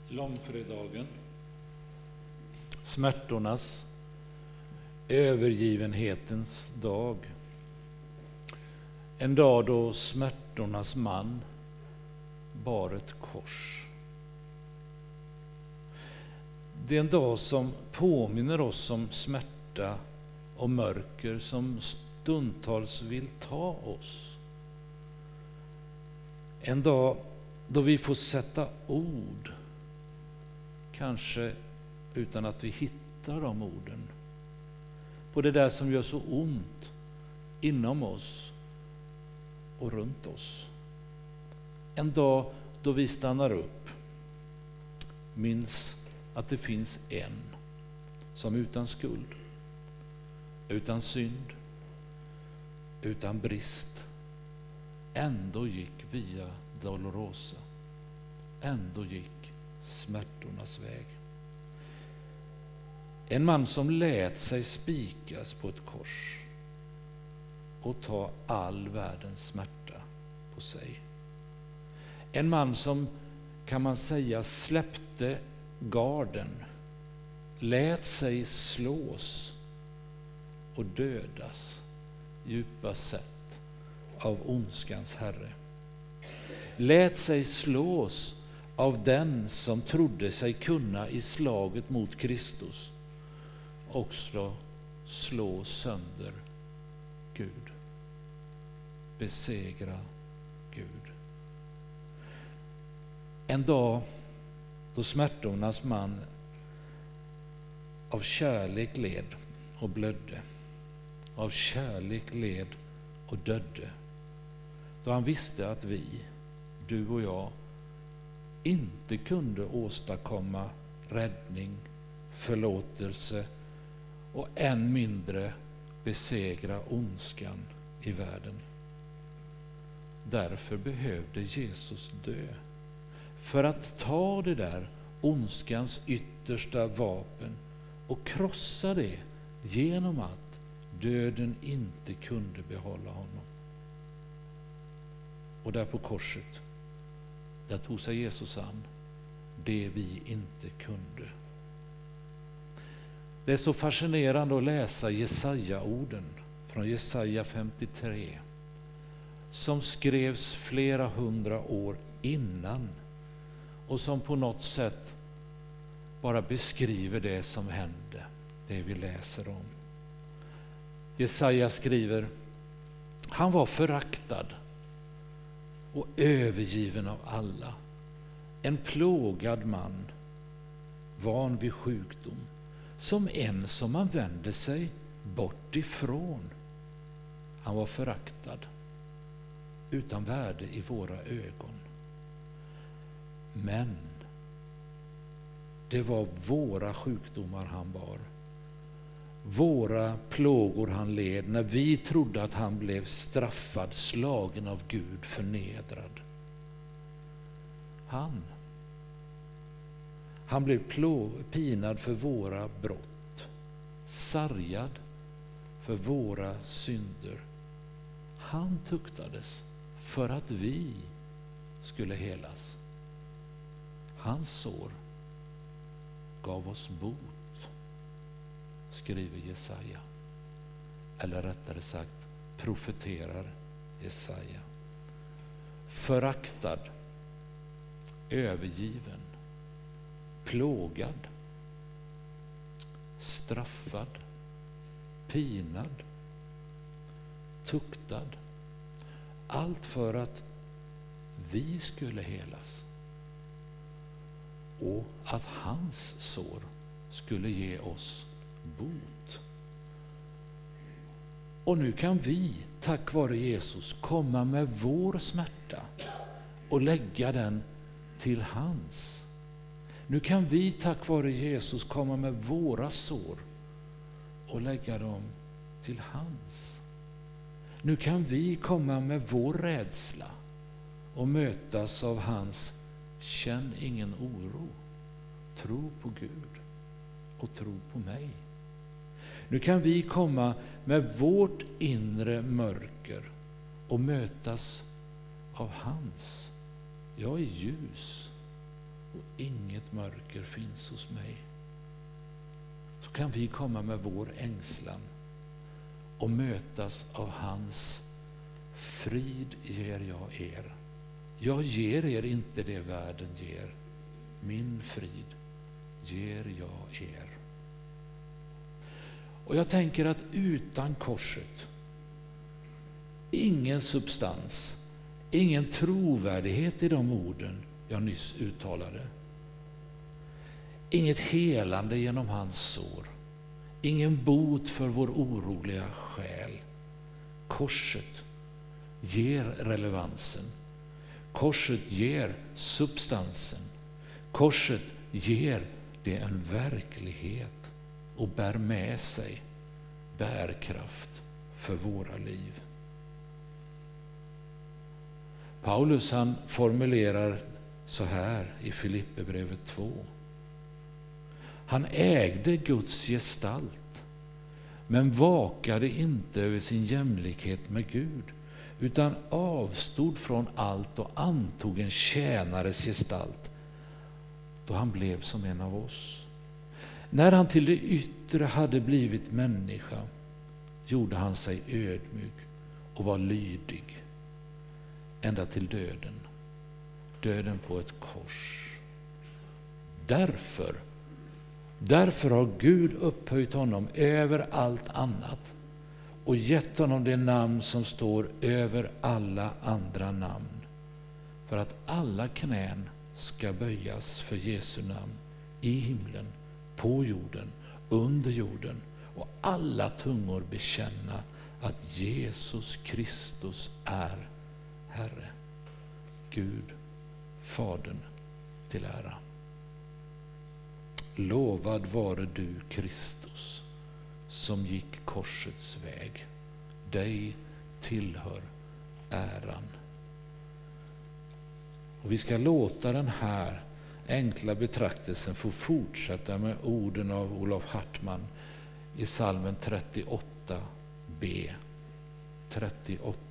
Långfredagen, smärtornas, övergivenhetens dag. En dag då smärtornas man bar ett kors. Det är en dag som påminner oss om smärta och mörker som stundtals vill ta oss. En dag då vi får sätta ord, kanske utan att vi hittar de orden, på det där som gör så ont inom oss och runt oss. En dag då vi stannar upp, minns att det finns en som utan skuld, utan synd, utan brist ändå gick via Dolorosa, ändå gick smärtornas väg. En man som lät sig spikas på ett kors och ta all världens smärta på sig. En man som, kan man säga, släppte garden, lät sig slås och dödas djupast sett av ondskans herre. Lät sig slås av den som trodde sig kunna i slaget mot Kristus också slå sönder Gud, besegra Gud. En dag då smärtornas man av kärlek led och blödde, av kärlek led och dödde, då han visste att vi, du och jag, inte kunde åstadkomma räddning, förlåtelse och än mindre besegra ondskan i världen. Därför behövde Jesus dö, för att ta det där ondskans yttersta vapen och krossa det genom att döden inte kunde behålla honom. Och där på korset, där tog sig Jesus an det vi inte kunde. Det är så fascinerande att läsa Jesaja-orden från Jesaja 53 som skrevs flera hundra år innan och som på något sätt bara beskriver det som hände, det vi läser om. Jesaja skriver: han var föraktad och övergiven av alla, en plågad man, van vid sjukdom, som en som man vänder sig bort ifrån. Han var föraktad, utan värde i våra ögon. Men det var våra sjukdomar han bar, våra plågor han led, när vi trodde att han blev straffad, slagen av Gud, förnedrad. Han blev pinad för våra brott, sargad för våra synder. Han tuktades för att vi skulle helas. Hans sår gav oss bot, skriver Jesaja. Eller rättare sagt profeterar Jesaja. Föraktad, övergiven, plågad, straffad, pinad, tuktad. Allt för att vi skulle helas och att hans sår skulle ge oss bot. Och nu kan vi, tack vare Jesus, komma med vår smärta och lägga den till hans. Nu kan vi, tack vare Jesus, komma med våra sår och lägga dem till hans. Nu kan vi komma med vår rädsla och mötas av hans: känn ingen oro, tro på Gud och tro på mig. Nu kan vi komma med vårt inre mörker och mötas av hans: jag är ljus och inget mörker finns hos mig. Så kan vi komma med vår ängslan och mötas av hans frid ger jag er. Jag ger er inte det världen ger. Min frid ger jag er. Och jag tänker att utan korset, ingen substans, ingen trovärdighet i de orden jag nyss uttalade. Inget helande genom hans sår. Ingen bot för vår oroliga själ. Korset ger relevansen. Korset ger substansen. Korset ger det en verklighet och bär med sig bärkraft för våra liv. Paulus han formulerar så här i Filipperbrevet 2. Han ägde Guds gestalt, men vakade inte över sin jämlikhet med Gud, utan avstod från allt och antog en tjänares gestalt, då han blev som en av oss. När han till det yttre hade blivit människa, gjorde han sig ödmjuk och var lydig ända till döden. Döden på ett kors. Därför har Gud upphöjt honom över allt annat och gett honom det namn som står över alla andra namn, för att alla knän ska böjas för Jesu namn i himlen, på jorden, under jorden, och alla tungor bekänna att Jesus Kristus är Herre. Gud, Fadern till ära. Lovad vare du, Kristus, som gick korsets väg. Dig tillhör äran. Och vi ska låta den här enkla betraktelsen få fortsätta med orden av Olof Hartman i psalmen 38b. 38.